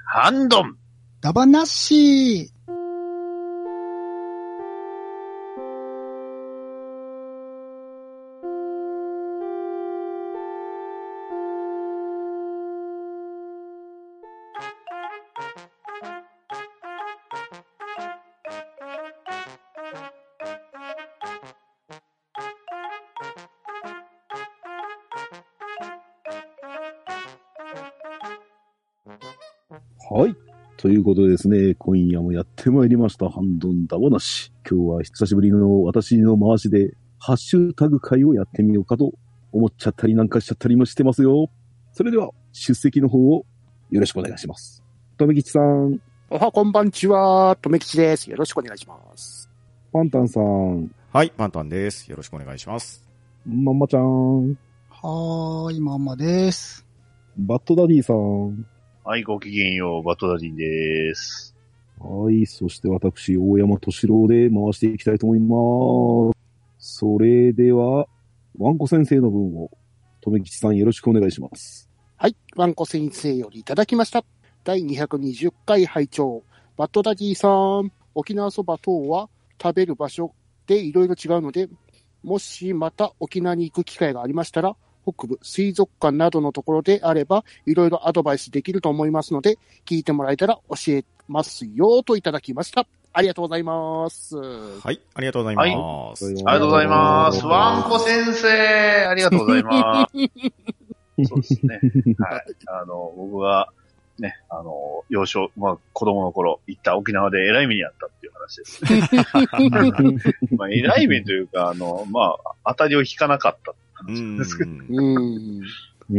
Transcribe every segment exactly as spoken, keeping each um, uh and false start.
ハンドンダバナッシー。 はい。ということでですね、今夜もやってまいりました、ハンドンダバナシ。今日は久しぶりの私の回しで、ハッシュタグ会をやってみようかと思っちゃったりなんかしちゃったりもしてますよ。それでは、出席の方をよろしくお願いします。とめきちさん。 おはこんばんちは、とめきちです。よろしくお願いします。 パンタンさん。 はい、パンタンです。よろしくお願いします。 まんまちゃん。 はーい、まんまです。 バッドダディさん。 はい、ごきげんよう、バトダディです。 はい、そして私、大山敏郎で回していきたいと思います。それでは、ワンコ先生の分を、とめきちさんよろしくお願いします。 はい、ワンコ先生よりいただきました。だいにひゃくにじゅっかい拝聴。バッドダディさん、沖縄そば等は食べる場所でいろいろ違うので、もしまた沖縄に行く機会がありましたら、北部水族館などのところであればいろいろアドバイスできると思いますので、聞いてもらえたら教えますよといただきました。ありがとうございます。 はい、ありがとうございます。はい、ありがとうございます。ワンコ先生、ありがとうございます。そうですね。はい。あの、僕はね、あの、幼少、まあ子供の頃行った沖縄で偉い目にあったっていう話ですね。まあ偉い目というか、あの、まあ当たりを引かなかったって話ですけど。 うんうん。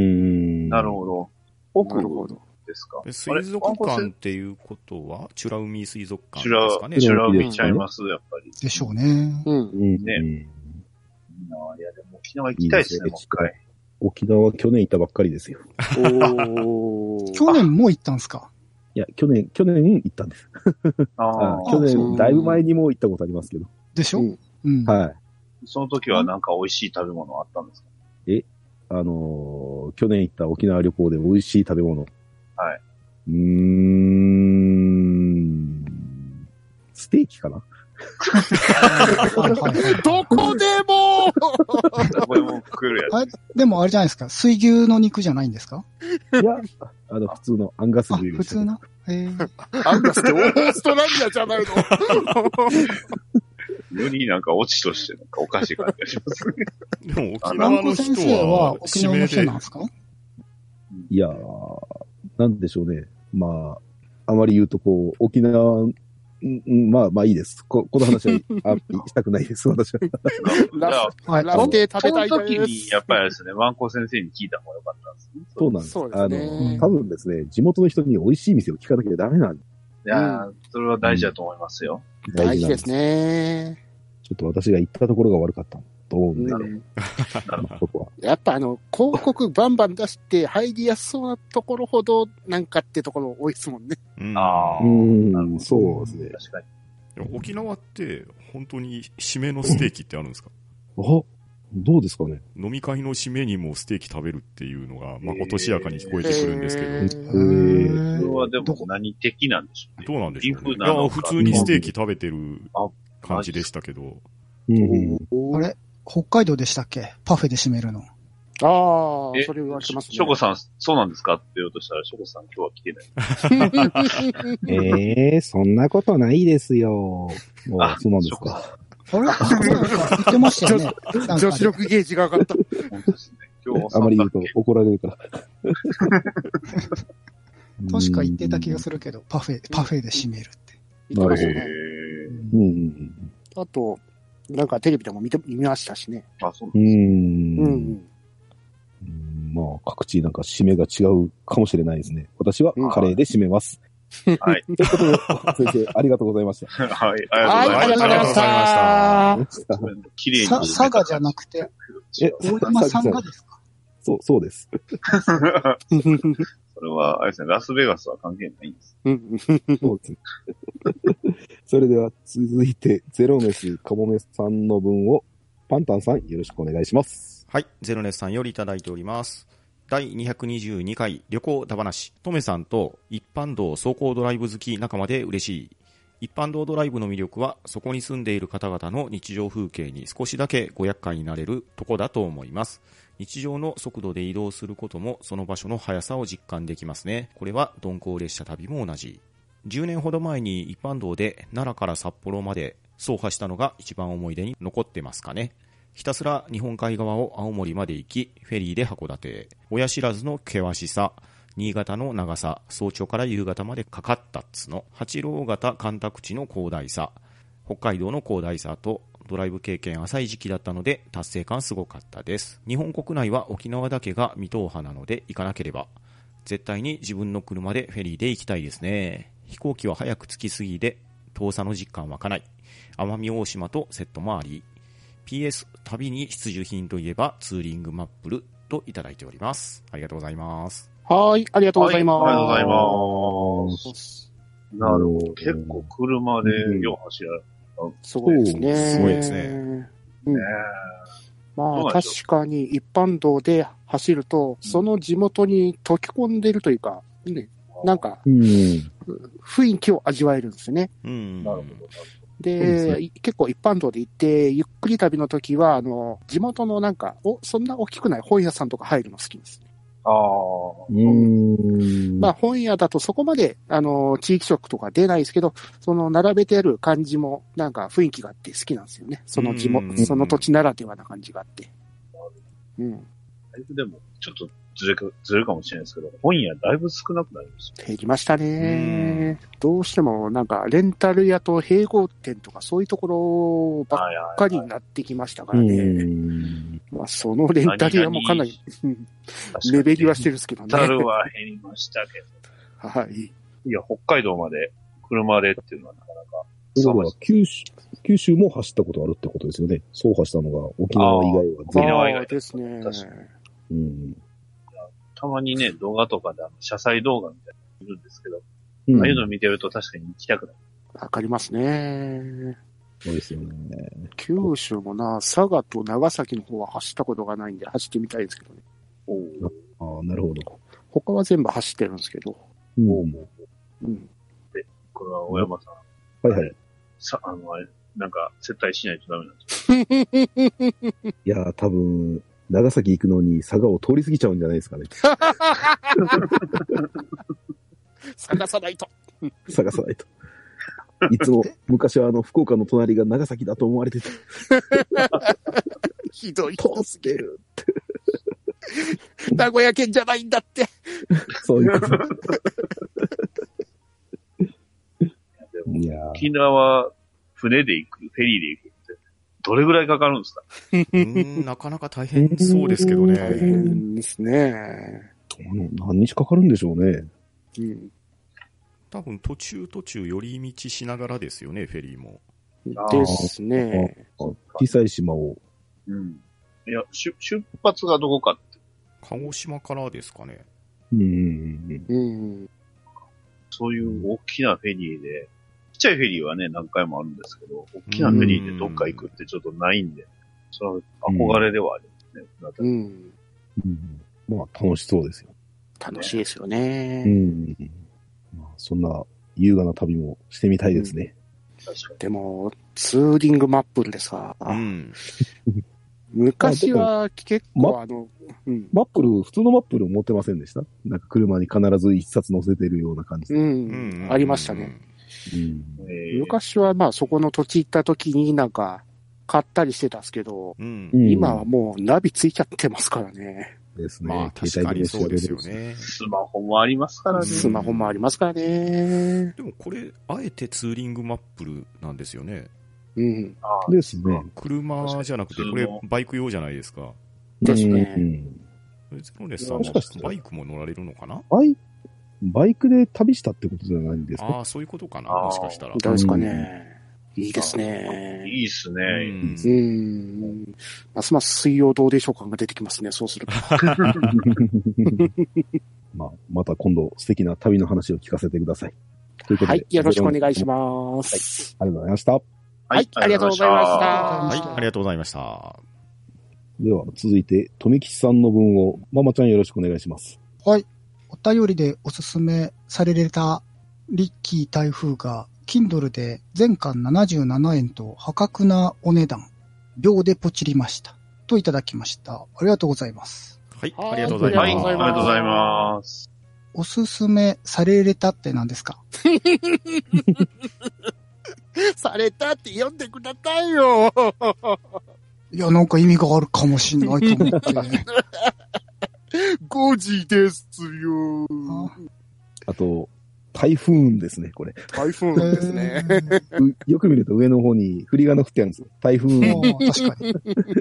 なるほど。北部ですか。 水族館っていうことは、チュラ海水族館ですかね。 チュラ海ちゃいます、やっぱり。 でしょうね。 うん。 ね。いや、でも沖縄行きたいですね、もう一回。 沖縄去年行ったばっかりですよ。 お去年も行ったんすか？ いや、去年、去年行ったんです。 あ去年、だいぶ前にも行ったことありますけど。 でしょ？うん。 はい。 その時はなんか美味しい食べ物あったんですか？ え、あのー、去年行った沖縄旅行で美味しい食べ物。 はい。 うーん。ステーキかな？ どこでもどこでも食えるやつ。 あれ、でもあれじゃないですか。水牛の肉じゃないんですか？ いや、あの、普通のアンガス牛で普通のへー。 アンガスってオーストラリアじゃないの？ よりなんかオチとしてなんかおかしい感じがしますね。 でも沖縄の人は沖縄の人なんですか？ いやー、なんでしょうね。まあ、あまり言うとこう、沖縄、んまあまあいいです。こ, この話はあしたくないです、私は。 ラフ、ラフテー食べたいです。 その時に、やっぱりですね、ワンコ先生に聞いた方がよかったんですね。 そうなんです。 そうですね。 あの、多分ですね、地元の人に美味しい店を聞かなきゃダメなんで。 いやー、うん、それは大事だと思いますよ。 うん、大事ですね。 ちょっと私が行ったところが悪かったと思うんで、ね。 うん、やっぱあの、広告バンバン出して入りやすそうなところほどなんかってところ多いですもんね。 うん、 ああ。うん、そうですね。 確かに。 沖縄って本当に締めのステーキってあるんですか？ あ、どうですかね。 飲み会の締めにもステーキ食べるっていうのがまことしやかに聞こえてくるんですけど。 えー、 それはでも何的なんでしょうね。 どうなんでしょうね。いや、普通にステーキ食べてる感じでしたけど。 うんあれ北海道でしたっけ？パフェで締めるの。 ああ、それ言われてますね。 ショコさん、そうなんですかって言おうとしたら、ショコさん今日は来てない。 ええー、そんなことないですよ。あ、そうなんですか。 あれ言ってましたよね。 女子力ゲージが上がった。 本当ですね。今日あまり言うと怒られるから。 確か言ってた気がするけど、パフェ、パフェで締めるって。 言ってましたね。 うん。 あと、なんかテレビでも見て、見ましたしね。 あ、そうなんですか。 うん。 まあ、各地なんか締めが違うかもしれないですね。私はカレーで締めます。 はい。 ということで、先生、ありがとうございました。 はい、ありがとうございました。 ありがとうございました。 綺麗に。 佐賀じゃなくて、え、大山さんがですか？ そう、そうです。 それは、あれですね、ラスベガスは関係ないんです。 そうですね。それでは、続いて、ゼロメスカモメさんの分を、パンタンさん、よろしくお願いします。 はい、ゼロネスさんよりいただいております。 だいにひゃくにじゅうにかい旅行だ話。トメさんと一般道走行ドライブ好き仲間で嬉しい。一般道ドライブの魅力は、そこに住んでいる方々の日常風景に少しだけご厄介になれるとこだと思います。日常の速度で移動することも、その場所の速さを実感できますね。これは鈍行列車旅も同じ。じゅうねんほど前に一般道で奈良から札幌まで走破したのが一番思い出に残ってますかね。ひたすら日本海側を青森まで行き、フェリーで函館へ。親知らずの険しさ。新潟の長さ、早朝から夕方までかかったっつの、八郎潟干拓地の広大さ、北海道の広大さと、ドライブ経験浅い時期だったので達成感すごかったです。日本国内は沖縄だけが未踏破なので行かなければ。絶対に自分の車でフェリーで行きたいですね。飛行機は早く着きすぎで、遠さの実感湧かない。奄美大島とセットもあり。ピーエス 旅に必需品といえばツーリングマップルといただいております。ありがとうございます。 はい、ありがとうございます。 はい、ありがとうございます。なるほど。結構車でよう走られる。 すごいですね。 すごいですね。 うん、まあ確かに一般道で走ると、その地元に溶け込んでるというか、ね、なんか、雰囲気を味わえるんですよね。 うん、 なるほど。 で、ね、結構一般道で行って、ゆっくり旅の時は、あの、地元のなんか、お、そんな大きくない本屋さんとか入るの好きですね。 ああ。 うん。 まあ本屋だとそこまで、あの、地域色とか出ないですけど、その並べてある感じもなんか雰囲気があって好きなんですよね。その地元、その土地ならではな感じがあって。うん。 だいぶでも、ちょっとずれか、ずれるかもしれないですけど、本屋だいぶ少なくなりました。 減りましたね。どうしてもなんかレンタル屋と併合店とかそういうところばっかりになってきましたからね。まあそのレンタル屋もかなり目減りはしてるんですけどね。 レンタルは減りましたけど。はい。 いや、北海道まで車でっていうのはなかなか。 そうは九州、九州も走ったことあるってことですよね。走破したのが沖縄以外は全部。 沖縄以外ですね。 確かに。 うん、 たまにね、動画とかであの車載動画みたいなのいるんですけど、うん、ああいうのを見てると確かに行きたくなる。 わかりますね。 そうですよね。 九州もな、佐賀と長崎の方は走ったことがないんで走ってみたいですけどね。 おああ、なるほど。 他は全部走ってるんですけど。 うん。 うん。 で、これは小山さん。 はいはい。 さ、あの、あれ、なんか、接待しないとダメなんですよ。 いや、多分、長崎行くのに佐賀を通り過ぎちゃうんじゃないですかね。 探さないと。 探さないと。いつも、昔はあの、福岡の隣が長崎だと思われてた。 ひどい人すぎる。名古屋県じゃないんだって。 そういうこと。 いや沖縄、船で行く、フェリーで行くって、どれぐらいかかるんですか？ うんなかなか大変そうですけどね。 大変ですね。 何日かかるんでしょうね。 うん、 多分途中途中寄り道しながらですよね、フェリーも。 ですね。 小さい島を。 うん。いや、出発がどこかって。 鹿児島からですかね。 うん。 うん。 そういう大きなフェリーで、ちっちゃいフェリーはね、何回もあるんですけど、大きなフェリーでどっか行くってちょっとないんで、その憧れではありますね。 うん。 うん、まあ、楽しそうですよ。 楽しいですよね。 うん。まあ、そんな優雅な旅もしてみたいですね。 うん、確かに。 でも、ツーリングマップルでさ、 うん、 昔は結構あの、 うん、マップル、普通のマップル持ってませんでした？なんか車に必ず一冊載せてるような感じで。 うん、ありましたね。 うんえー、昔はまあそこの土地行った時になんか買ったりしてたんですけど、 うん、 今はもうナビついちゃってますからね。 ですね。 まあ確かにそうですよね。 スマホもありますからね。 スマホもありますからね。 でもこれ、あえてツーリングマップルなんですよね。 うん。 ですね。 車じゃなくて、これバイク用じゃないですか。 ですね。 ゼロネスさんもバイクも乗られるのかな？ バイバイクで旅したってことじゃないんですか？ ああ、そういうことかな、もしかしたら。 どうですかね。いいですね。 いいですね。 うん。ますます水曜どうでしょう感が出てきますね、そうすると。 まあ、また今度素敵な旅の話を聞かせてください。ということで。 はい、よろしくお願いします。 はい、ありがとうございました。 はい、ありがとうございました。 はい、ありがとうございました。 では、続いて、富吉さんの分を、ママちゃんよろしくお願いします。 はい。お便りでおすすめされたリッキー台風が、Kindle で全巻ななじゅうななえんと破格なお値段、秒でポチりました。といただきました。ありがとうございます。 はい、ありがとうございます。 はい、ありがとうございます。 おすすめされたって何ですか？ されたって読んでくださいよ。 いや、なんか意味があるかもしんないと思って。 ごじですよ。 あと、台風ですね、これ。 台風ですね。 よく見ると上の方に振り仮名振ってあるんですよ。台風。 確かに。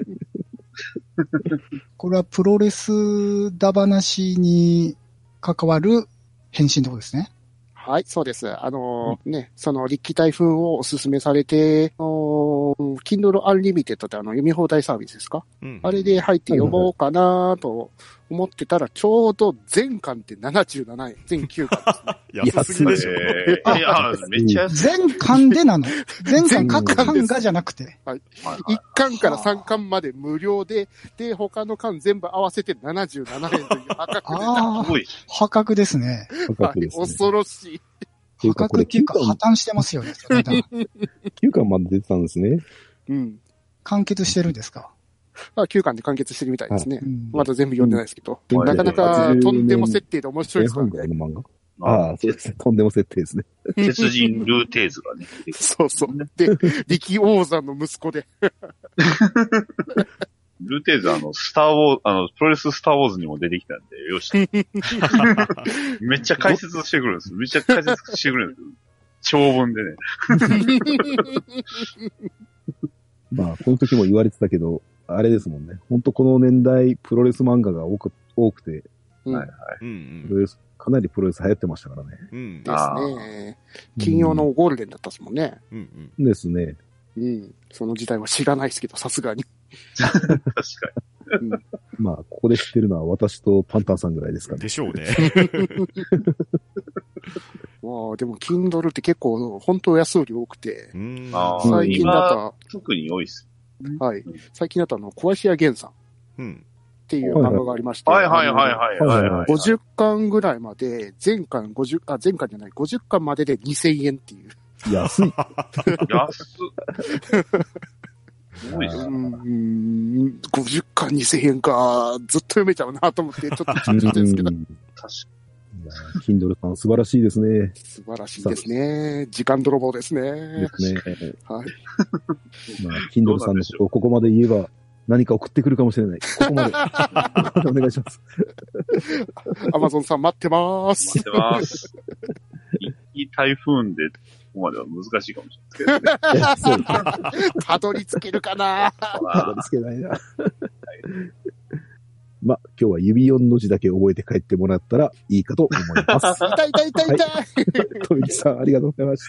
これはプロレスだ話に関わる返信ってことですね。 はい、そうです。あのー、ね、その、立気台風をお勧めされて、Kindle Unlimited ってあの、読み放題サービスですか、うん、あれで入って読もうかなと思ってたら、ちょうど全巻ってななじゅうななえん、全きゅうかんですね。 安すぎでしょ。 えー、いや、めっちゃ安い。 全巻でなの？全巻各巻がじゃなくて。 はい。いっかんからさんかんまで無料で、で、他の巻全部合わせてななじゅうななえんという破格で。 ああ、破格ですね。 破格ですね。 はい、恐ろしい。 破格っていうか破綻してますよね。 きゅうかんまで出てたんですね。 うん。 完結してるんですか？ あ、きゅうかんで完結してるみたいですね。うん、まだ全部読んでないですけど。うん、なかなかとんでも設定で面白いですからね。 前半ぐらいの漫画。ああ、そうですね。とんでも設定ですね。 鉄人ルーテーズがね。 そうそう。で、力王山の息子で。 ルーテーズあの、スターウォー、あの、プロレススターウォーズにも出てきたんで、よし。めっちゃ解説してくるんです。めっちゃ解説してくるんです。長文でね。 まあ、この時も言われてたけど、あれですもんね。本当この年代、プロレス漫画が多く、多くて、 うん、 はいはい。 プロレス、かなりプロレス流行ってましたからね。 うん、ですね。金曜のゴールデンだったですもんね。 うんうん、ですね。 うん。その時代は知らないですけど、さすがに。 確かに。 うん、まあ、ここで知ってるのは私とパンタンさんぐらいですかね。 でしょうね。 まあ、でも、Kindle って結構、本当安売り多くて、 うん最近だと、 特に多いっす。 はい。最近だと、あの、小橋屋源さん。うん。っていう漫画がありまして。 はいはいはいはいはい、はい。 ごじゅっかんぐらいまで、全巻ごじゅう、あ、全巻じゃない、ごじゅっかんまででにせんえんっていう。 安い。 安っ。すごいですね。 うん、ごじゅっかんにせんえんか、ずっと読めちゃうなと思って、ちょっと緊張してるんですけど。確かに。Kindle さん素晴らしいですね。 素晴らしいですね。時間泥棒ですね。 ですね。 はい。 まあ、Kindle さんのことをここまで言えば、何か送ってくるかもしれない。ここまで。お願いします。 アマゾンさん待ってまーす。 待ってまーす。いい台風で、ここまでは難しいかもしれないですけどね。 たどり着けるかなたどり着けないな。まあ、今日は指よんの字だけ覚えて帰ってもらったらいいかと思います。 痛い痛い痛い痛い。 富木さん、ありがとうございました。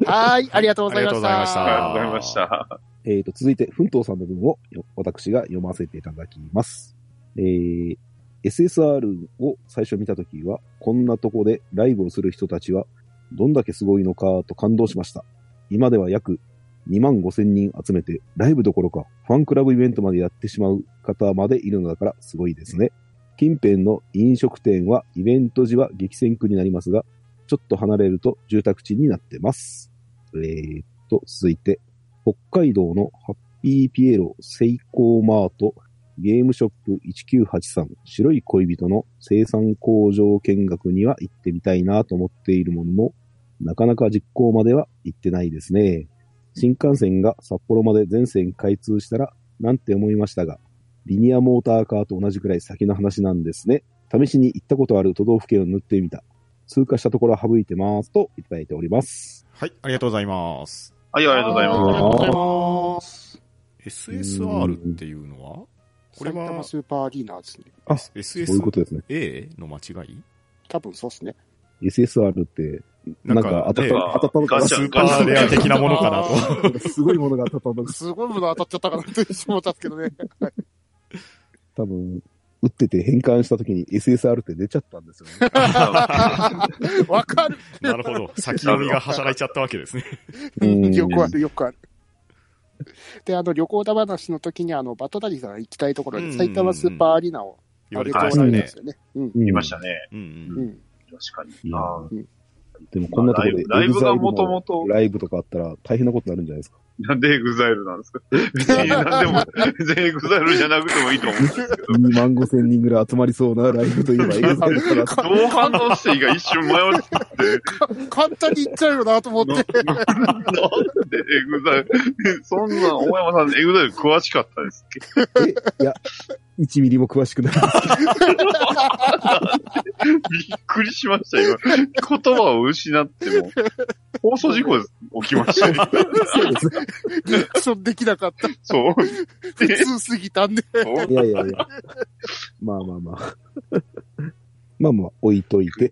はい、ありがとうございました。 ありがとうございました。 ありがとうございました。 えっと、続いて、奮闘さんの文を私が読ませていただきます。えー、エスエスアール を最初見たときは、こんなとこでライブをする人たちは、どんだけすごいのかと感動しました。今では約にまんごせんにん集めて、ライブどころかファンクラブイベントまでやってしまう方までいるのだからすごいですね。近辺の飲食店はイベント時は激戦区になりますが、ちょっと離れると住宅地になってます。えー、っと、続いて、北海道のハッピーピエロセイコーマートゲームショップいちきゅうはちさん白い恋人の生産工場見学には行ってみたいなと思っているものの、なかなか実行までは行ってないですね。新幹線が札幌まで全線開通したらなんて思いましたが、リニアモーターカーと同じくらい先の話なんですね。試しに行ったことある都道府県を塗ってみた。通過したところは省いてますといただいております。 はい、ありがとうございます。 はい、ありがとうございます。ありがとうございます。 エスエスアール っていうのはこれは埼玉スーパーアリーナですね。 あ、エスエス そういうことですね。 エー の間違い多分そうですね。 エスエスアール って、なんか当たった、当たったのかな。 スーパーレア的なものかなと。 すごいものが当たったのか。 すごいもの当たっちゃったかなって思ったんですけどね。 多分、打ってて変換したときに エスエスアール って出ちゃったんですよね。 わかる。 なるほど。先読みが働いちゃったわけですね。 よくある、よくある。 で、あの、旅行だ話の時に、あの、バトダディさんが行きたいところで、 うんうんうん埼玉スーパーアリーナを言わ挙げてれてましたねおられるんです。よね。うん。 うんいましたね。 うんう。 うんん。 確かに。 いやあーでもこんなところでライブライブがエグザイルの元々 ライブとかあったら大変なことになるんじゃないですか。 なんでエグザイルなんですか別に何でも、別にエグザイルじゃなくてもいいと思うんですけど。 にまんごせんにんぐらい集まりそうなライブといえばエグザイルから。 どう反応していいか一瞬迷って。 簡単に言っちゃうよなと思って。 ななんでエグザイル、そんな、大山さんエグザイル詳しかったですっけえ、いや、いちミリも詳しくない。 びっくりしました、今。言葉を失っても、放送事故起きましたよ。 リアクションできなかった。 そう。 普通すぎたんで。 いやいやいや。まあまあまあ。まあまあ、置いといて。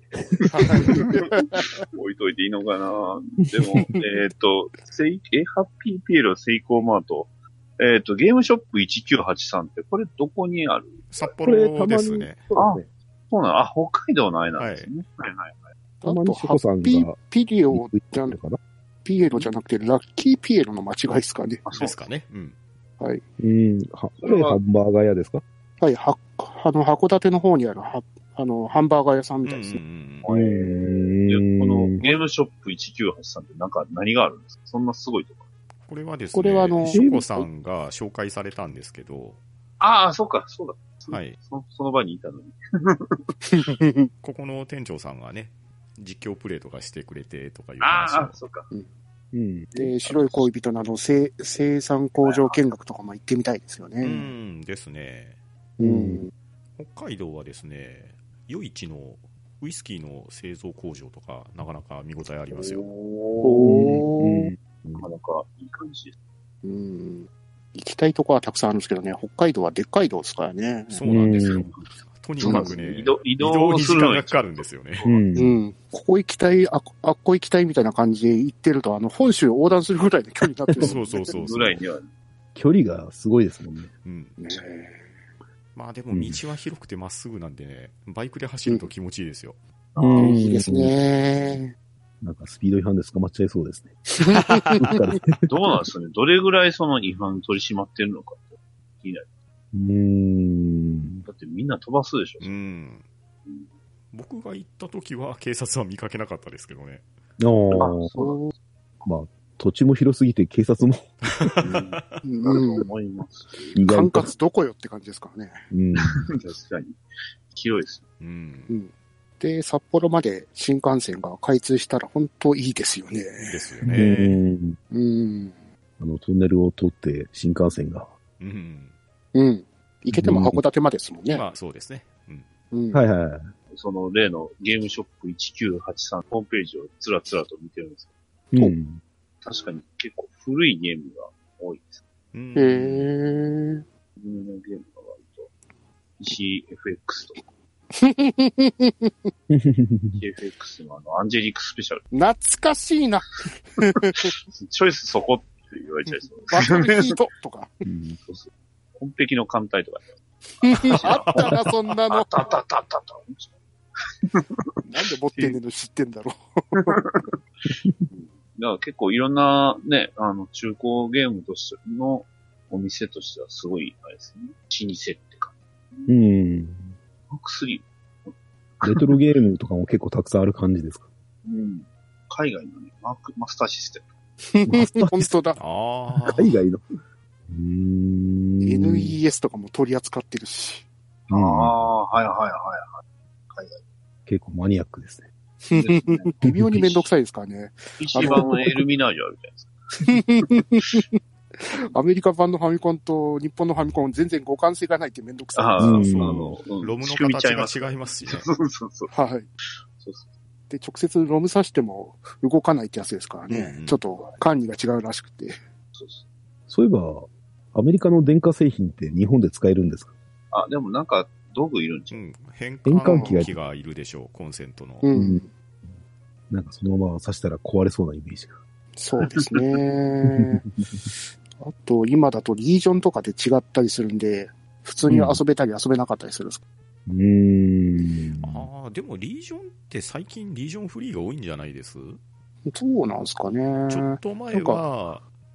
置いといていいのかなでも、えっと、セイ、え、ハッピーピエロセイコーマート。えっと、ゲームショップいちきゅうはちさんって、これどこにある札これた幌まに、 ですね。 そうですね。 そうなのあ、北海道のあれなんですね。はい、はい、はい。 たまにシコさんがピピリオじゃんる、かな。 ピエロじゃなくて、ラッキーピエロの間違いですかね。 あ、そうですかね。うん。 はい。 うん。は、これハンバーガー屋ですか？ はい、は、あの、函館の方にある、は、あの、ハンバーガー屋さんみたいですね。 うんうんうーん。 でこのゲームショップいちきゅうはちさんってなんか何があるんですかそんなすごいとか。 これはですね、 これはあのショコさんが紹介されたんですけど、 ああ、そうか、そうだ。 はい。 そその場にいたのに。 ここの店長さんがね、実況プレイとかしてくれてとかいう話をああ、そうか。 うん。 で、白い恋人など、生、生産工場見学とかも行ってみたいですようね。 んですね。 うん。 北海道はですね、余市のウイスキーの製造工場とか、なかなか見応えありますよ。 おー。 おー。 なかなかいい感じです。 うん。行きたいとこはたくさんあるんですけどね、北海道はでっかい道ですからね。 そうなんですようん。 とにかくね、 移動、移移動動にするのに時間がかかるんですよね。 うん。 うん。ここ行きたい、あ、あっこ行きたいみたいな感じで行ってると、あの、本州横断するぐらいの距離になってる、 そうそうそうそう。 ぐらいには。 距離がすごいですもんね。 うん。 ねまあでも道は広くてまっすぐなんでね、バイクで走ると気持ちいいですよ。 うんいいですね。 なんかスピード違反で捕まっちゃいそうですね。 どうなんですかねどれぐらいその違反取り締まってるのかって気になる。 うーん。 だってみんな飛ばすでしょ。 うん。僕が行った時は警察は見かけなかったですけどね。 あああ、 そうまあ、土地も広すぎて警察も、 なんだとうん。 思います。 意外と。 管轄どこよって感じですからね。 うん。 確かに。広いです。 うんう。ん。で、札幌まで新幹線が開通したら本当いいですよね。 うですよね。 ん。 うん。 あの、トンネルを通って新幹線が。 うん。 うん。行けても函館までですもんね。 まあそうですね。うん。 うん。 はいはいはい。 その例のゲームショップいちきゅうはちさんホームページをつらつらと見てるんですけど、 うん。 確かに結構古いゲームが多いです。 うんへー。 有名なゲームが割と、石 エフエックス とか、石 エフエックス のあの、アンジェリックスペシャル。 懐かしいな。 チョイスそこって言われちゃいそう。 バトルヒートとか。 うんそうそう。本壁の艦隊とか。 あったな、そんなの。 あったあったあったあったあった。 なんで持ってんねんの知ってんだろだから結構いろんなね、あの、中古ゲームとしてのお店としてはすごい、あれですね。老舗ってか。 うん。 マークスリー。 レトロゲームとかも結構たくさんある感じですか？ うん。海外のね、マーク、マスターシステム。 う。本当だ。 ああ。 海外の。うーん。 エヌイーエス とかも取り扱ってるし。 うんああ、はいはいはいはい。海外。 結構マニアックですね。 ですね微妙にめんどくさいですからね。 一番のエルミナージュあるじゃないですか。 アメリカ版のファミコンと日本のファミコン全然互換性がないってめんどくさい。 ああ、 うんそうそう、あの、うんロムの仕組みちゃいます形が違いますしね。 そうそうそう。 はい。 そうそうで、直接ロム挿しても動かないってやつですからね。 うんうんちょっと管理が違うらしくて。 そうそうそういえば、アメリカの電化製品って日本で使えるんですか？ あ、でもなんか、道具いるんちゃう、 うん。変変換器が換器がいるでしょう、コンセントの。 う。 うんなんかそのまま挿したら壊れそうなイメージが。 そうですね。あと、今だとリージョンとかで違ったりするんで、普通に遊べたり遊べなかったりするんです。 うーん。 ああ、でもリージョンって最近リージョンフリーが多いんじゃないです？ そうなんですかね。 ちょっと前は、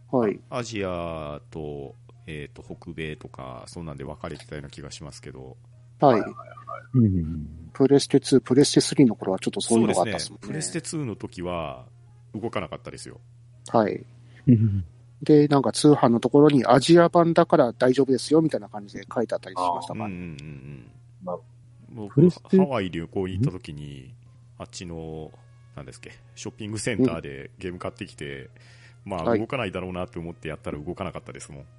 はい。 アジアと、えっ、と、北米とか、そんなんで分かれてたような気がしますけど。 はい。 うん。 プレステツー、プレステスリーの頃はちょっとそういうのがあったっすもんね。 プレステツーの時は、動かなかったですよ。 はい。 うんで、なんか通販のところにアジア版だから大丈夫ですよみたいな感じで書いてあったりしましたから、 うんうんうんうん。 なる僕プレステハワイ旅行行った時に、あっちの、なんですっけ、ショッピングセンターでゲーム買ってきて、まあはい動かないだろうなって思ってやったら動かなかったですもん。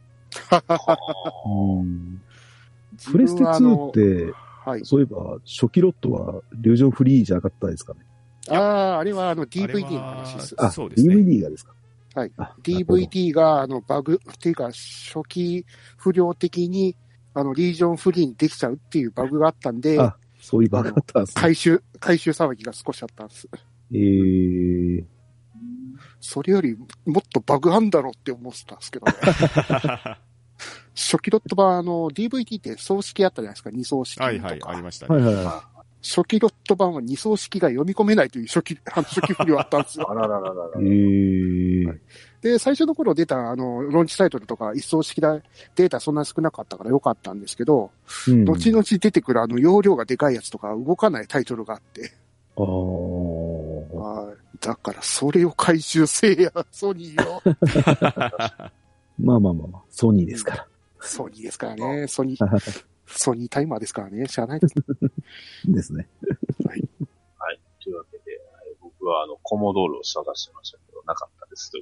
うんプレステツーって、 はい。 そういえば、初期ロットは、リュージョンフリーじゃなかったですかね。 ああ、あれはあの ディーブイディー の話です。 あ、 そうですねディーブイディー がですか。 はいあ。 ディーブイディー があのバグっていうか初期不良的にあのリージョンフリーにできちゃうっていうバグがあったんで、 あ、そういうバグあったんですね。 回収、回収騒ぎが少しあったんです。 えー、 それよりもっとバグあんだろうって思ってたんですけどね。初期ロット版、あの、ディーブイディー って葬式あったじゃないですか、二葬式とか。 はいはい、ありましたね。 はいはいは初期ロット版は二葬式が読み込めないという初期、あの初期不良あったんですよ。 あららららら。 い。えー、 で、最初の頃出た、あの、ローンチタイトルとか一葬式だデータそんな少なかったから良かったんですけど、 うん、 後々出てくるあの容量がでかいやつとか動かないタイトルがあって、 あーはいだからそれを回収せえや、ソニーよ。 まあまあまあまあ、ソニーですから。 ソニーですからね、ソニー、ソニータイマーですからね、知らないです。 ですね。 はい。というわけで、僕はあの、コモドールを探してましたけど、なかったです。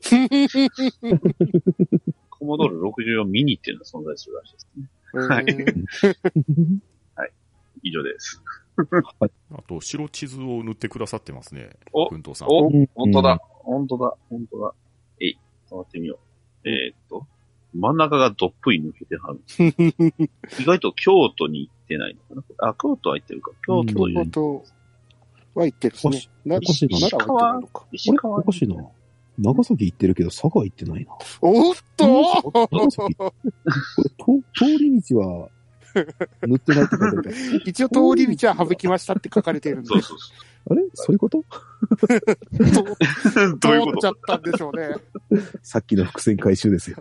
コモドールろくじゅうよんミニっていうのが存在するらしいですね。はい以上です。 あと、白地図を塗ってくださってますね。 お文藤さん。 おうん本当だ。本当だ。本当だ。えい、触ってみよう。えー、っと、真ん中がどっぷり抜けてはる。意外と京都に行ってないのかな。あ、京都は行ってるか。京都うんに京都は行ってるですね。なおかしいな奈良は行ってないのか。 あれ石川おかしいな。長崎行ってるけど、佐賀行ってないな。 おっと長崎これ、と通り道は、塗ってないって書いてあるから。 一応通り道は省きましたって書かれているんで、 そうそうそあれそういうことう。どういうこと通っちゃったんでしょうね。 さっきの伏線回収ですよ。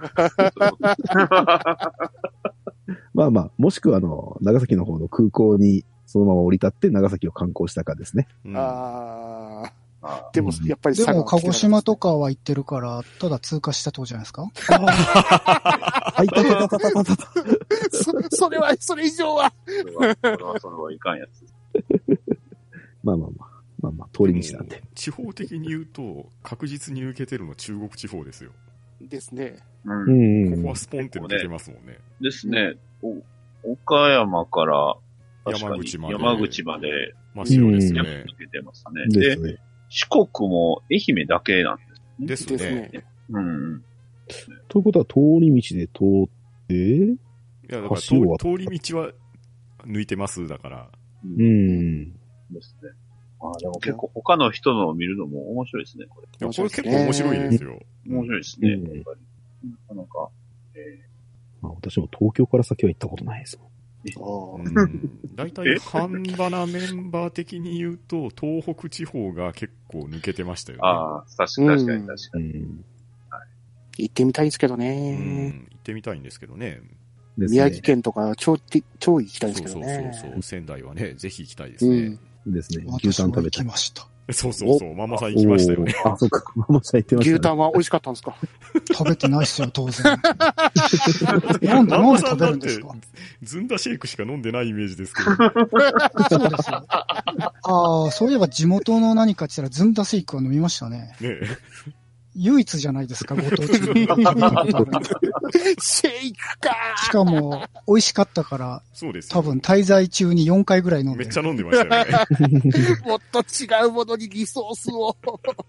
まあまあ、もしくはあの、長崎の方の空港にそのまま降り立って長崎を観光したかですね。 うんああ、 あでもやっぱりでも、鹿児島とか。 かは行ってるから、ただ通過したってことじゃないですか？ あ、いたたたたたたた。 そそれは、それ以上は。 それは、それは、それはいかんやつ。 まあまあまあ、まあまあ、通り道なんで。 地方的に言うと、確実に抜けてるの中国地方ですよ。 ですね。 う。 うんん。 ここはスポンって抜けてますもんね。 ですね。お岡山から、確かに山口まで山口まで、 真っ白ですやっね。 抜けてますね。で、 ですね。 四国も愛媛だけなんです。 ですですね。 ね。 うん。 ということは、通り道で通って、 いや、だから通橋を通り道は抜いてます、だから。 う。 うんん。 ですね。ああ、でも結構他の人のを見るのも面白いですね、これ。 いやこれ結構面白いですよ。 面白いですね、 うんやっぱり。なかなか。えまあ、私も東京から先は行ったことないですもん。 あうん大体、半ばなメンバー的に言うと、東北地方が結構抜けてましたよー、 ね。 ああ、確かに確かに確かに。 うん。 行ってみたいんですけどうね。 ん、行ってみたいんですけどね。 ですね宮城県とか超、超行きたいんですそうそうけどね。 そうそう。仙台はね、ぜひ行きたいですうね。 ん。 ですね。牛私も行タン食べたい。 きました。 そうそうそう。ママさん行きましたよね。 おーあ、そうか。ママさん行ってましたね。 牛タンは美味しかったんですか？ 食べてないっすよ、当然。なんで、なんで食べるんですか？ ずんだシェイクしか飲んでないイメージですけど。 そうですよ。ああ、そういえば地元の何かって言ったら、ずんだシェイクは飲みましたね。 ね唯一じゃないですか、ご当地の。 シェイクかしかも、美味しかったから、 そうですよ。 多分滞在中によんかいぐらい飲んでる。 めっちゃ飲んでましたよね。 もっと違うものにリソースを。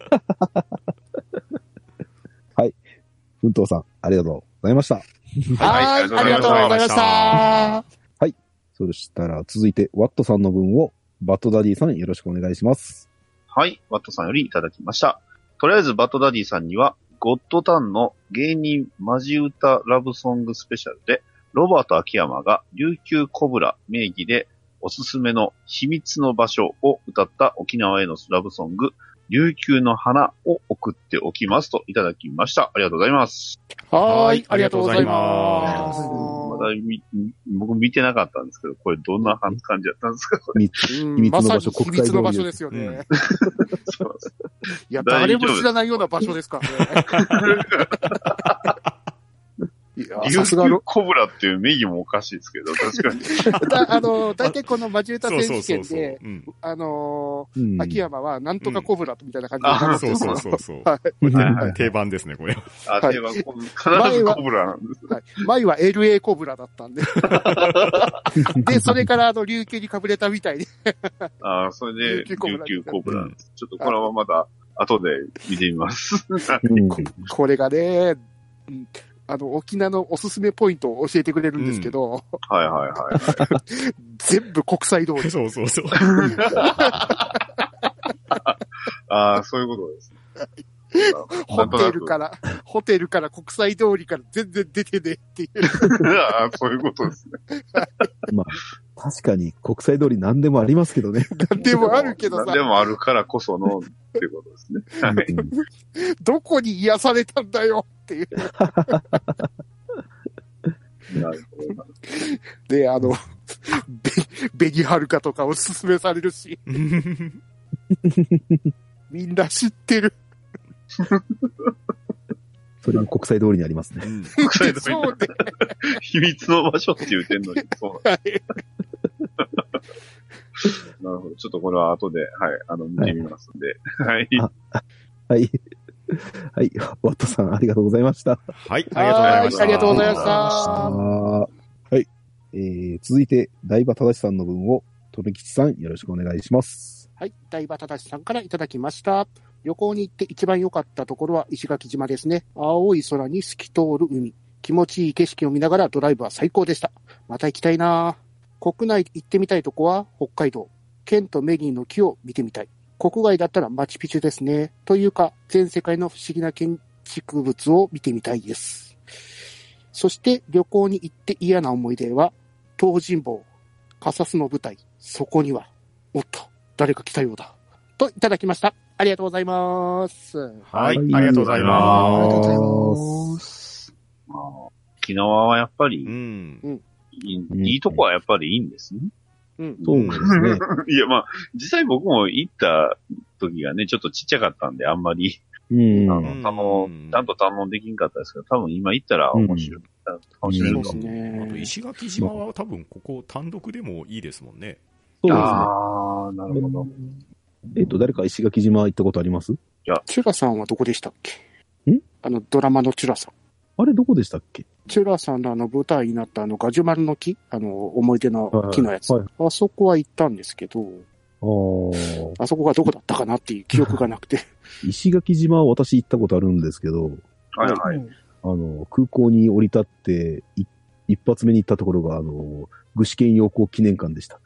奮闘さん、ありがとうございました。 はい、ありがとうございました。 そしたら、続いて、ワットさんの分を、バッドダディさんよろしくお願いします。 はい、ワットさんよりいただきました。とりあえず、バッドダディさんには、ゴッドタンの芸人マジ歌ラブソングスペシャルで、ロバート秋山が琉球コブラ名義でおすすめの秘密の場所を歌った沖縄へのラブソング、 琉球の花を送っておきますといただきました。ありがとうございます。 はーい、ありがとうございありがとうございま。 ますまだみ僕見てなかったんですけど、これどんな感じだったんですか？ 秘密まさにの場所、 秘密の場所ですよね。 うんそうですいや、誰も知らないような場所ですからね。いや、 琉さすがの。 球コブラっていう名義もおかしいですけど、確かに。 だあの、大体このマジ歌選手権そうそうそうでそ、ううんあのうんー、秋山はなんとかコブラみたいな感じでうんあそうそうそうそう。 はいはいはい定番ですね、これは。 あ、 はい定番、必ずコブラなんです。 はい。前は エルエー コブラだったんで。で、それからあの、琉球に被れたみたいで。 ああ、それで、琉琉球コブラ球コブラなんです。ちょっとこれはまだ、後で見てみます。 うんこれがね、うんあの、沖縄のおすすめポイントを教えてくれるんですけど、 はいはいはい。 全部国際通り。 そうそうそう。 ああ、そういうことですね。 ホテルから、ホテルから国際通りから全然出てねっていう。 ああ、そういうことですね。 まあ、確かに国際通り何でもありますけどね。 なんでもあるけどさで、もあるからこその、っていうことですね。はい。 どこに癒されたんだよっていう。 なるほど。 で、あの、ベ、ベニハルカとかおすすめされるし、みんな知ってる。 それも国際通りにありますね。 うん国際通りそうね。 秘密の場所って言うてんのに、そうなんはいなるほど。ちょっとこれは後で、はい、あの、見てみますんで。はい。 あはい。はい。ワットさん、ありがとうございました。 はい、ありがとうございました。 はいありがとうございましたあーはい。えー、続いて、大場正さんの分を、とめきちさん、よろしくお願いします。 はい。大場正さんからいただきました。旅行に行って一番良かったところは石垣島ですね。青い空に透き通る海。気持ちいい景色を見ながらドライブは最高でした。また行きたいなぁ。国内行ってみたいとこは北海道。ケンとメリーの木を見てみたい。国外だったらマチュピチュですね。というか、全世界の不思議な建築物を見てみたいです。そして旅行に行って嫌な思い出は、東尋坊、カサスの舞台。そこには、おっと、誰か来たようだ。といただきました。ありがとうございます。 はい、 はいありがとうございありまがとうございます。 まあ沖縄はやっぱす。 りう、ん。 いいいいとこはやっぱりいいんですね。 うん。 そうですね。 いや、まあ、実際僕も行った時がね、ちょっとちっちゃかったんで、あんまり、 うん。 あの、 うんたの、ちゃんと堪能できんかったですけど、多分今行ったら面白い。楽しめそうでするかも。 ねあと、。石垣島は多分ここ単独でもいいですもんね。 そうですね。 ああ、なるほど。 えっと、誰か石垣島行ったことありますチュラさんはどこでしたっけんあの、ドラマのチュラさん。 あれ、どこでしたっけチュラさんのあの舞台になったあのガジュマルの木、あの思い出の木のやつ。 はいあそこは行ったんですけど、 あーあそこがどこだったかなっていう記憶がなくて。 石垣島は私行ったことあるんですけど、 はいはい。 うんあの、空港に降り立って、い一発目に行ったところが、あの、具志堅用高記念館でした。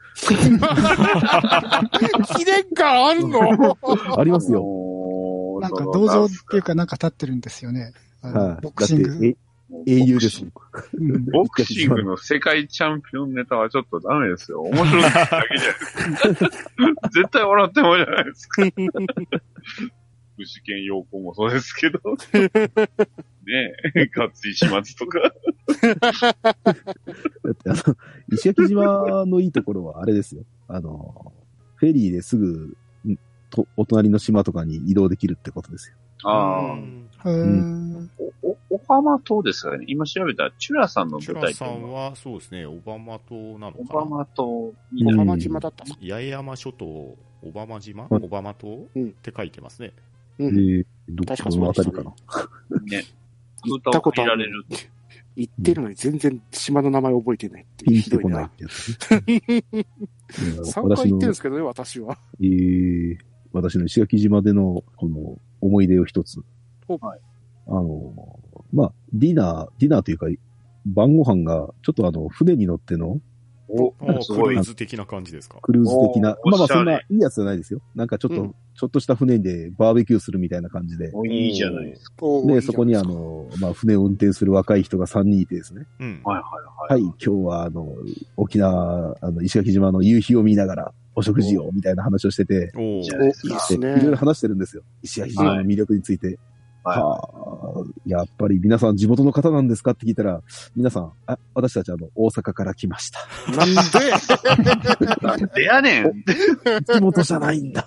記念館あるのありますよ。 おーなんかその銅像っていうかなんか立ってるんですよね。あのはい。 ボクシング。 だって、え英雄ですもん。 うんボクシングの世界チャンピオンネタはちょっとダメですよ。面白いだけじゃないですか。絶対笑ってもじゃないですか。具志堅用高もそうですけど。ねえ、勝井島津とか。 だって、あの、石垣島のいいところはあれですよ。あの、フェリーですぐ、んと、お隣の島とかに移動できるってことですよ。 あうんへーあ、お、お浜島ですかね。今調べたら、チュラさんのチュラさ舞台っていうのんは、そうですね、オバマ島なのオかな。 バマ島うんになる。 小浜島だったさ。 八重山諸島、オバマ島、 はいオバマ島、 うんって書いてますね。 うん。 えー、ど、 確かどそうでしたねのあたりかな。 ね。 行ったことあられる。 行ってるのに全然島の名前覚えてないっていう。 ピンひどいなとこないっ。てやつね。うんさんかい行ってるんで私すけどね、私は。 の、えー、私の石垣島での、この、思い出を一つ。 はい。 あの、まあ、ディナー、ディナーというか、晩ご飯が、ちょっとあの、船に乗っての、 おト。 ああ、 すごいクルーズ的な感じですか。 クルーズ的な。 おーまあまあ、そんおしゃれないいやつじゃないですよ。なんかちょっと、 うんちょっとした船でバーベキューするみたいな感じで。 おいいじゃないですか。 で、 おーいいじゃそこにあないですかの、まあ、船を運転する若い人がさんにんいてですね。 うん。 はいはいは、 はいい。 今日はあの、沖縄、あの、石垣島の夕日を見ながら、お食事を、みたいな話をしてて、 おーじゃお、いいですね。 いろいろ話してるんですよ。石垣島の魅力について。 はいはあ、やっぱり皆さん地元の方なんですかって聞いたら、皆さん、あ、私たちあの、大阪から来ました。 なんでなんでやねん。 地元じゃないんだ。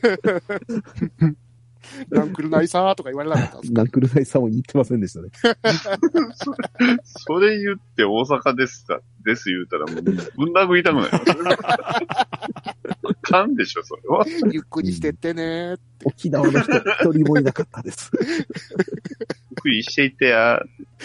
ランクルナイサーとか言われなかったんですか？ ナンクルナイさんも言ってませんでしたね。 それ言って大阪ですかです言うたらもうぶん殴りたくなる。あかんでしょ、それは。 ゆっくりしてってねー。 沖縄の人一人もいなかったです。 ゆっくりしていってや。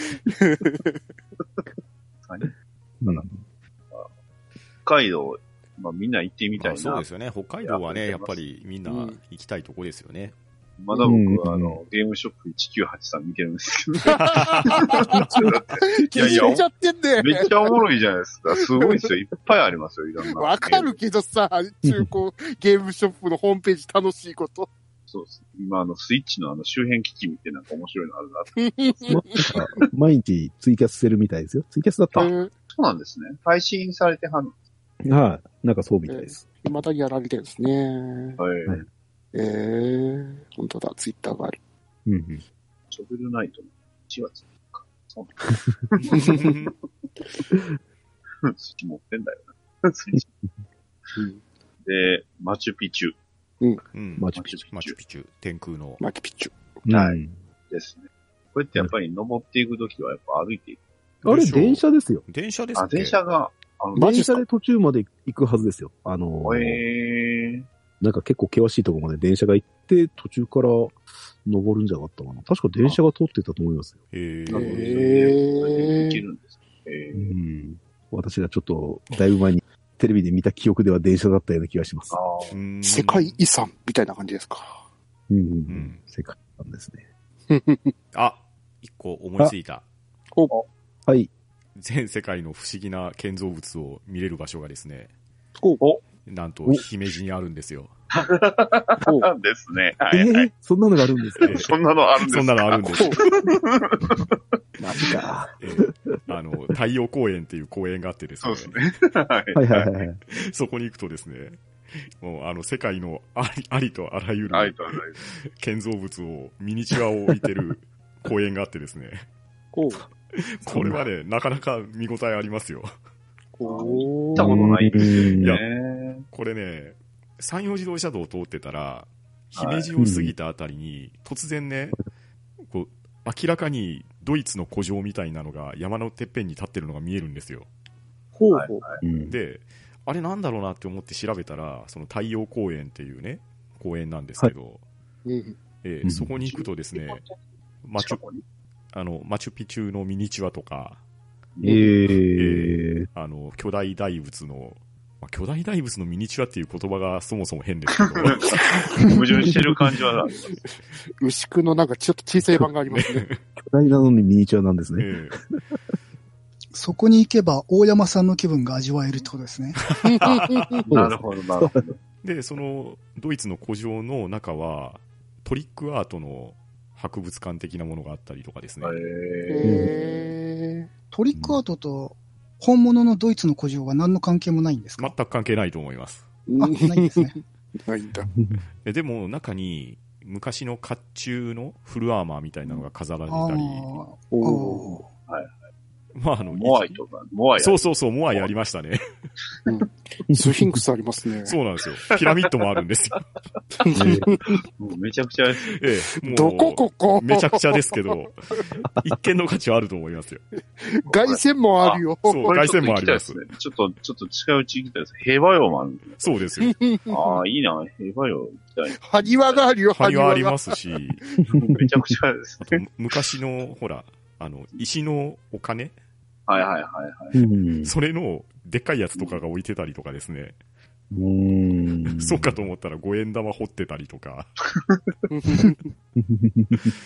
うん、 北海道、まあみんな行ってみたいあな。 そうですよね。北海道はね、やっぱやってますりみんなうん行きたいとこですよね。 まだ僕はあうんの、ゲームショップいちきゅうはちさん見てるんですけど。だっていやいや聞いちゃってんね。 めっちゃおもろいじゃないですか。すごいですよ。いっぱいありますよ、いろんな。 わかるけどさ、中古ゲームショップのホームページ楽しいこと。 そうです。今、あの、スイッチのあの、周辺機器見てなんか面白いのあるなって。 まなんか毎日ツイキャスしてるみたいですよ。ツイキャスだった。 えーそうなんですね。配信されてはる。 はい。なんかそうみたいです。 未だにやられてるんですね。 はい。 はいえー、本当だ、ツイッターがある。 うんうん。 ショベルナイトのいちがつか。そうなんだ。スイッチ持ってんだよな。スイッチうんで、マチュピチュうん。 ママチュピチュチュピチュ、天空の。 マキピッチュ。 はいうんですね。これってやっぱり登っていくときはやっぱ歩いていく。 あれ、 でしょう電車ですよ。 あ、 電車ですっけ電車が、あの、 電マジっすか車で途中まで行くはずですよ。あのーえー、 なんか結構険しいところまで電車が行って、途中から登るんじゃなかったかな。確か電車が通ってたと思いますよ。 へなるほど。 え。 えーいけるんです。えうー、 ん。私がちょっと、だいぶ前にテレビで見た記憶では電車だったような気がしますあ。ーうん世界遺産みたいな感じですか。 うんうんううんん。 世界なんですね。 あ、一個思いついた。 はい。 全世界の不思議な建造物を見れる場所がですね、 おおなんとお姫路にあるんですよ。 おですね。はえい、はい。 ー、そんなのがあるんですか？ えそんなのあるんですか？ そんなのあるんです。 マジか。 えーあの、太陽公園っていう公園があってですね、 そうですね。はい。 はいはいはいはい。 そこに行くとですね、もうあの世界のありありとあらゆるありとあらゆる。 建造物を、ミニチュアを置いてる公園があってですね、 おこれはね、なかなか見応えありますよ。 お行ったことないですうんいやね。 これね、山陽自動車道を通ってたら、姫路を過ぎたあたりに、突然ね、こう、明らかにドイツの古城みたいなのが山のてっぺんに立ってるのが見えるんですよ。 ほうはいほう。 うんで、あれなんだろうなって思って調べたら、その太陽公園っていうね、公園なんですけど、 うんえーうんそこに行くとですね、マチュ、 近くにあの、マチュピチュのミニチュアとか、 えー、 あの、巨大大仏の、まあ、巨大大仏のミニチュアっていう言葉がそもそも変ですけど、 矛盾してる感じはあります。 牛久のなんかちょっと小さい版がありますね。 巨大なのにミニチュアなんですね。 えそこに行けば大山さんの気分が味わえるってことですね。 なるほど、なるほど。 ーで、その、ドイツの古城の中は、トリックアートの博物館的なものがあったりとかですね。 えへトリックアートと本物のドイツの古城は何の関係もないんですか？ 全く関係ないと思います。 ーあ、ないんですね。 ないんだ。 えでも、中に、昔の甲冑のフルアーマーみたいなのが飾られああたり、 ー。 おーまあ、あの、 モアイとか、モアイ。 そうそうそう、モアイありましたね。 スフィンクスありますね。 そうなんですよ。ピラミッドもあるんですよ。 もうめちゃくちゃです。 ええ、もうどこここめちゃくちゃですけど、一見の価値はあると思いますよ。 凱旋もあるよ。 そうこれちょっと凱旋もあります行きたいですね。ちょっと、ちょっと近いうち行きたいです。平和洋もある。 そうですよ。 ああ、いいな。平和洋行きたい。 埴輪があるよ、 埴輪ありがますし、 めちゃくちゃですあとね。 昔の、ほら、あの、石のお金はいはいはいはい。 うんそれの、でっかいやつとかが置いてたりとかですね。 うんそうかと思ったら五円玉掘ってたりとか。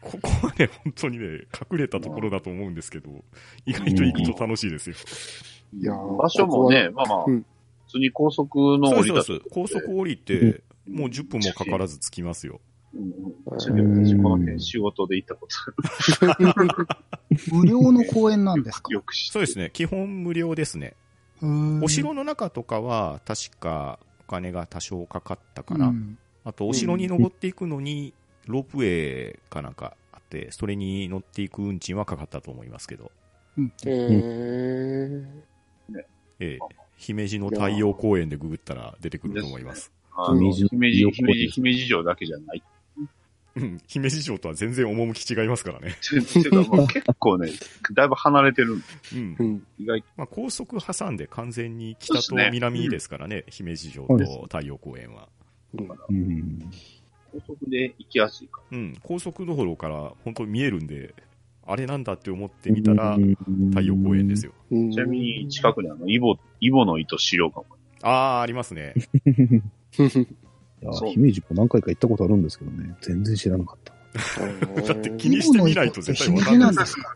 ここはね、本当にね、隠れたところだと思うんですけど、意外と行くと楽しいですよ。 いやー場所もね、まあまあ、 うん普通に高速の降りたそうです。高速降りて、もうじゅっぷんもかからず着きますよ。 うんうん。私この辺仕事で行ったことある。 無料の公園なんですか？ よく知ってそうですね。基本無料ですね。 うーんお城の中とかは、確かお金が多少かかったかな。 うんあと、お城に登っていくのに、ロープウェイかなんかあって、それに乗っていく運賃はかかったと思いますけど。 うんえー、 ええ。姫路の太陽公園でググったら出てくると思います。 あの、 姫姫路路、姫路、姫路城だけじゃない。 うん。姫路城とは全然趣違いますからね。 ていうか、まあ、結構ね、だいぶ離れてるんで、 うんう。ん。 意外まあ、高速挟んで完全に北と南ですからね、姫路城そうですと太陽公園は。 うん。 高速で行きやすいかうん。高速道路から本当に見えるんで、あれなんだって思ってみたら、太陽公園ですよ。 うんら。ちなみに、近くにあの、イボ、イボの糸資料館もあー、ありますね。 いやそう姫路も何回か行ったことあるんですけどね、全然知らなかった。 だって気にしてみないと絶対わかんないです。 姫路なんですか？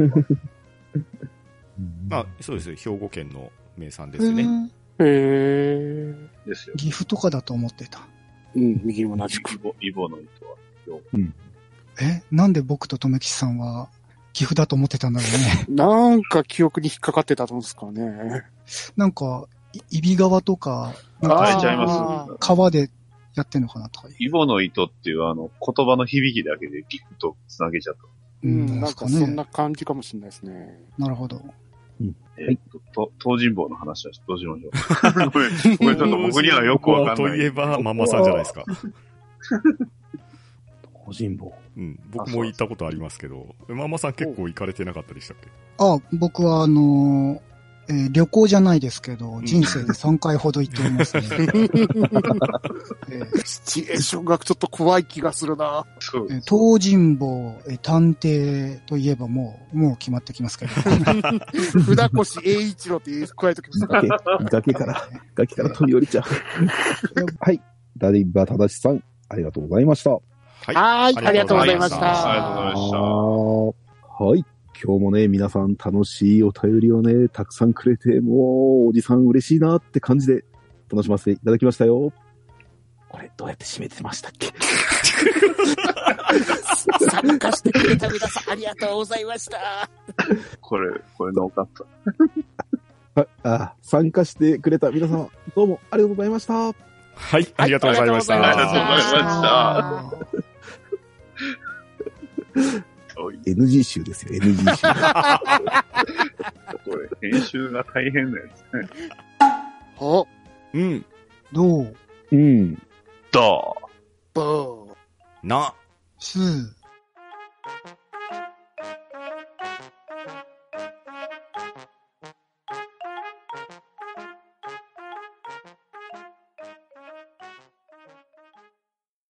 まあ、そうですよ。兵庫県の名産ですね。 へーへー。 ですよ。 岐阜とかだと思ってた。 うん、右も同じくイ。ボ、イボの糸は、 え、なんで僕と留吉さんは岐阜だと思ってたんだろうね。 なんか記憶に引っかかってたと思うんですかね。 なんか、い揖斐川とか、なんかあれちゃいあますー川でやってんのかなとかいう。 イボの糸っていうあの、言葉の響きだけでギフと繋げちゃった。 うん、なんかそんね。 な感じかもしれないですね。 なるほど。 えーっと、と東尋坊の話はどうしましょう。これ、これちょっと僕にはよくわかんない。 といえば、ママさんじゃないですか。 東尋坊。 うん。僕も行ったことありますけど、ママさん結構行かれてなかったでしたっけ？ あ、僕はあのーえー旅行じゃないですけど、 ん人生でさんかいほど行っておりますね。えーシチュエーションがちょっと怖い気がするな。 そうえー東尋坊、えー探偵といえばもう、もう決まってきますけど。 船越英一郎って加えときました。 崖、崖から、崖から飛び降りちゃう。はい。ダディバタダシさん、ありがとうございました。 はい。 はーい、ありがとうございましありた。 がとうございました。 はい。今日もね、皆さん楽しいお便りをね、たくさんくれて、もう、おじさん嬉しいなって感じで、楽しませていただきましたよ。これ、どうやって締めてましたっけ？ 参加してくれた皆さん、ありがとうございました。 これ、これノーカット。 はい、あ、参加してくれた皆さん、どうもありがとうございました。 はい。ありがとうございました。 ありがとうございましたあー遠いエヌジー 集ですよ、エヌジー 集。 これ、編集が大変なやつね。 お、 うん。 どううん。 どうボー。 な。 す